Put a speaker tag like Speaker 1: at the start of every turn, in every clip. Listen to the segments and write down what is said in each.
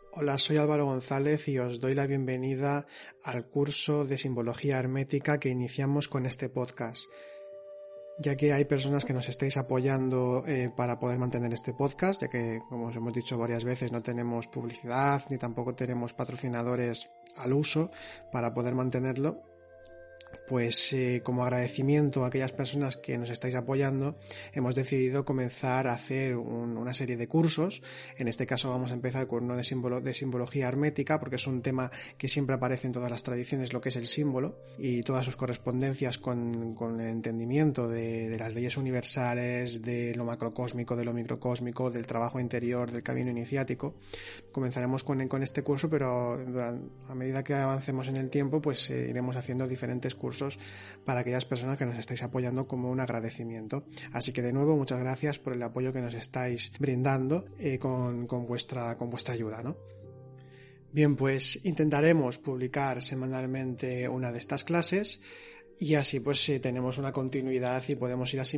Speaker 1: Hola, soy Álvaro González y os doy la bienvenida al curso de Simbología Hermética que iniciamos con este podcast. Ya que hay personas que nos estáis apoyando para poder mantener este podcast, ya que, como os hemos dicho varias veces, no tenemos publicidad ni tampoco tenemos patrocinadores al uso para poder mantenerlo, pues como agradecimiento a aquellas personas que nos estáis apoyando, hemos decidido comenzar a hacer una serie de cursos. En este caso vamos a empezar con uno de simbología hermética, porque es un tema que siempre aparece en todas las tradiciones, lo que es el símbolo y todas sus correspondencias con el entendimiento de las leyes universales, de lo macrocósmico, de lo microcósmico, del trabajo interior, del camino iniciático. Comenzaremos con este curso, pero a medida que avancemos en el tiempo, pues iremos haciendo diferentes cursos para aquellas personas que nos estáis apoyando como un agradecimiento. Así que de nuevo, muchas gracias por el apoyo que nos estáis brindando con vuestra ayuda, ¿no? Bien, pues intentaremos publicar semanalmente una de estas clases y así pues tenemos una continuidad y podemos ir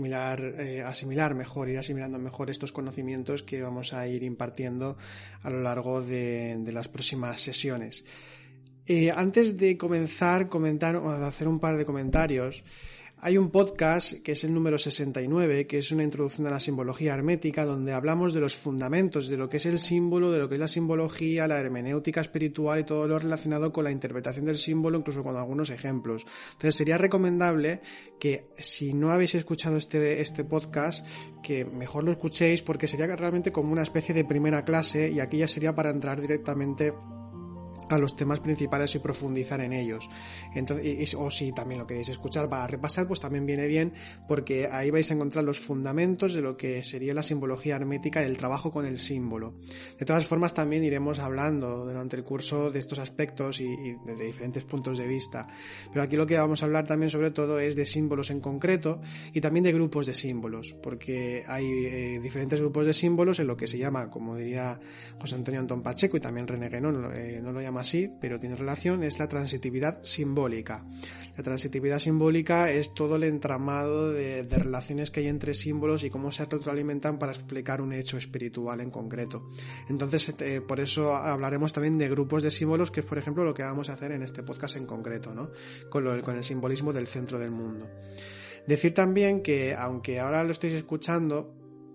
Speaker 1: asimilando mejor estos conocimientos que vamos a ir impartiendo a lo largo de las próximas sesiones. Antes de comenzar a hacer un par de comentarios, hay un podcast que es el número 69, que es una introducción a la simbología hermética, donde hablamos de los fundamentos de lo que es el símbolo, de lo que es la simbología, la hermenéutica espiritual y todo lo relacionado con la interpretación del símbolo, incluso con algunos ejemplos. Entonces sería recomendable que, si no habéis escuchado este podcast, que mejor lo escuchéis, porque sería realmente como una especie de primera clase y aquí ya sería para entrar directamente a los temas principales y profundizar en ellos. Entonces, o si también lo queréis escuchar para repasar, pues también viene bien, porque ahí vais a encontrar los fundamentos de lo que sería la simbología hermética y el trabajo con el símbolo. De todas formas, también iremos hablando durante el curso de estos aspectos y de diferentes puntos de vista. Pero aquí lo que vamos a hablar también sobre todo es de símbolos en concreto y también de grupos de símbolos, porque hay diferentes grupos de símbolos en lo que se llama, como diría José Antonio Antón Pacheco y también René Guénon, no lo llama así, pero tiene relación, es la transitividad simbólica. La transitividad simbólica es todo el entramado de relaciones que hay entre símbolos y cómo se retroalimentan para explicar un hecho espiritual en concreto. Entonces, por eso hablaremos también de grupos de símbolos, que es, por ejemplo, lo que vamos a hacer en este podcast en concreto, ¿no? Con el simbolismo del centro del mundo. Decir también que, aunque ahora lo estéis escuchando,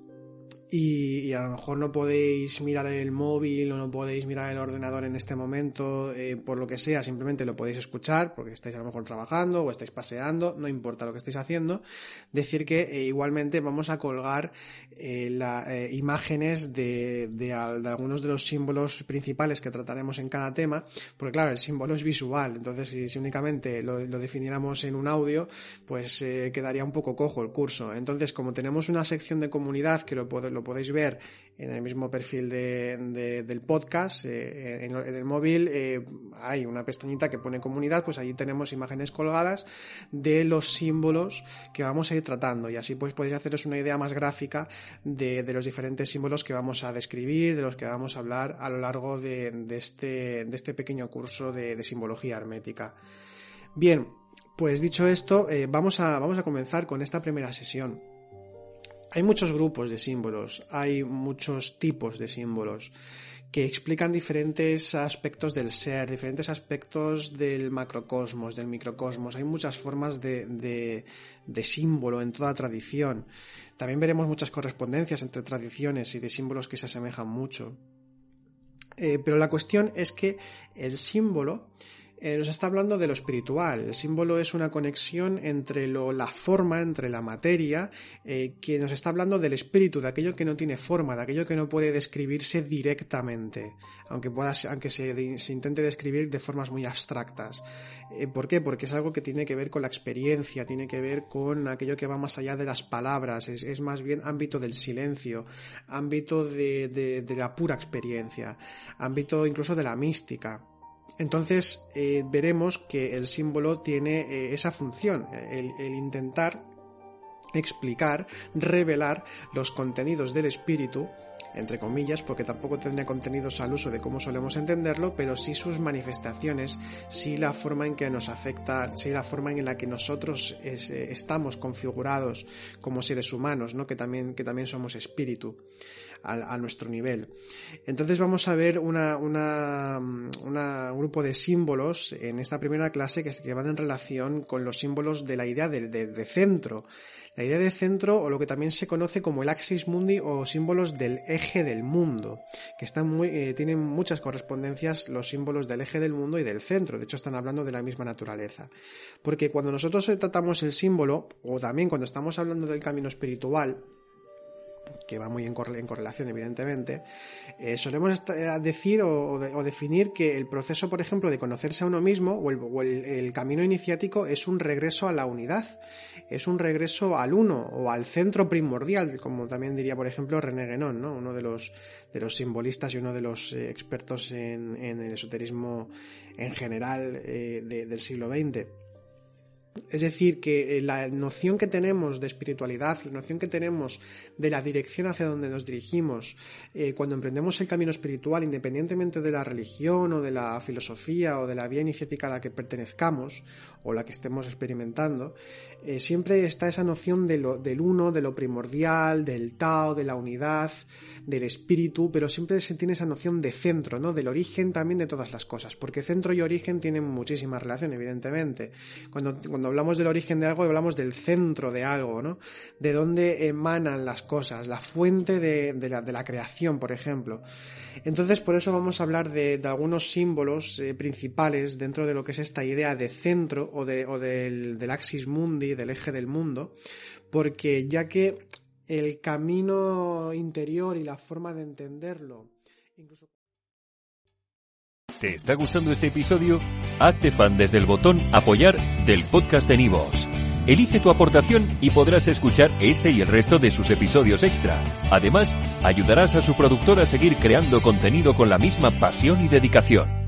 Speaker 1: y a lo mejor no podéis mirar el móvil o no podéis mirar el ordenador en este momento, por lo que sea, simplemente lo podéis escuchar porque estáis a lo mejor trabajando o estáis paseando, no importa lo que estéis haciendo. Decir que igualmente vamos a colgar imágenes de algunos de los símbolos principales que trataremos en cada tema, porque claro, el símbolo es visual, entonces si únicamente lo definiéramos en un audio, pues quedaría un poco cojo el curso. Entonces, como tenemos una sección de comunidad que lo podéis ver en el mismo perfil del podcast, en el móvil hay una pestañita que pone comunidad, pues allí tenemos imágenes colgadas de los símbolos que vamos a ir tratando y así pues podéis haceros una idea más gráfica de los diferentes símbolos que vamos a describir, de los que vamos a hablar a lo largo de este pequeño curso de simbología hermética. Bien, pues dicho esto, vamos a comenzar con esta primera sesión. Hay muchos grupos de símbolos, hay muchos tipos de símbolos que explican diferentes aspectos del ser, diferentes aspectos del macrocosmos, del microcosmos. Hay muchas formas de símbolo en toda tradición. También veremos muchas correspondencias entre tradiciones y de símbolos que se asemejan mucho. Pero la cuestión es que el símbolo nos está hablando de lo espiritual. El símbolo es una conexión entre la forma, entre la materia, que nos está hablando del espíritu, de aquello que no tiene forma, de aquello que no puede describirse directamente, aunque se intente describir de formas muy abstractas. ¿Por qué? Porque es algo que tiene que ver con la experiencia, tiene que ver con aquello que va más allá de las palabras, es más bien ámbito del silencio, ámbito de la pura experiencia, ámbito incluso de la mística. Entonces veremos que el símbolo tiene esa función, el intentar explicar, revelar los contenidos del espíritu, entre comillas, porque tampoco tendría contenidos al uso de cómo solemos entenderlo, pero sí sus manifestaciones, sí la forma en que nos afecta, sí la forma en la que nosotros estamos configurados como seres humanos, ¿no? que también somos espíritu. a nuestro nivel. Entonces vamos a ver un grupo de símbolos en esta primera clase que van en relación con los símbolos de la idea de centro. La idea de centro, o lo que también se conoce como el axis mundi, o símbolos del eje del mundo, que tienen muchas correspondencias los símbolos del eje del mundo y del centro. De hecho, están hablando de la misma naturaleza. Porque cuando nosotros tratamos el símbolo, o también cuando estamos hablando del camino espiritual, que va muy en correlación, evidentemente, solemos decir o definir que el proceso, por ejemplo, de conocerse a uno mismo o el camino iniciático es un regreso a la unidad, es un regreso al uno o al centro primordial, como también diría, por ejemplo, René Guénon, ¿no? Uno de los simbolistas y uno de los expertos en el esoterismo en general del siglo XX. Es decir, que la noción que tenemos de espiritualidad, la noción que tenemos de la dirección hacia donde nos dirigimos, cuando emprendemos el camino espiritual, independientemente de la religión o de la filosofía o de la vía iniciática a la que pertenezcamos o la que estemos experimentando, siempre está esa noción del uno, de lo primordial, del Tao, de la unidad, del espíritu, pero siempre se tiene esa noción de centro, ¿no? Del origen también de todas las cosas, porque centro y origen tienen muchísima relación, evidentemente. Cuando hablamos del origen de algo, hablamos del centro de algo, ¿no? De dónde emanan las cosas, la fuente de la creación, por ejemplo. Entonces, por eso vamos a hablar de algunos símbolos principales dentro de lo que es esta idea de centro o del axis mundi, del eje del mundo, porque ya que el camino interior y la forma de entenderlo, incluso...
Speaker 2: ¿Te está gustando este episodio? Hazte fan desde el botón Apoyar del podcast de Nivos. Elige tu aportación y podrás escuchar este y el resto de sus episodios extra. Además, ayudarás a su productor a seguir creando contenido con la misma pasión y dedicación.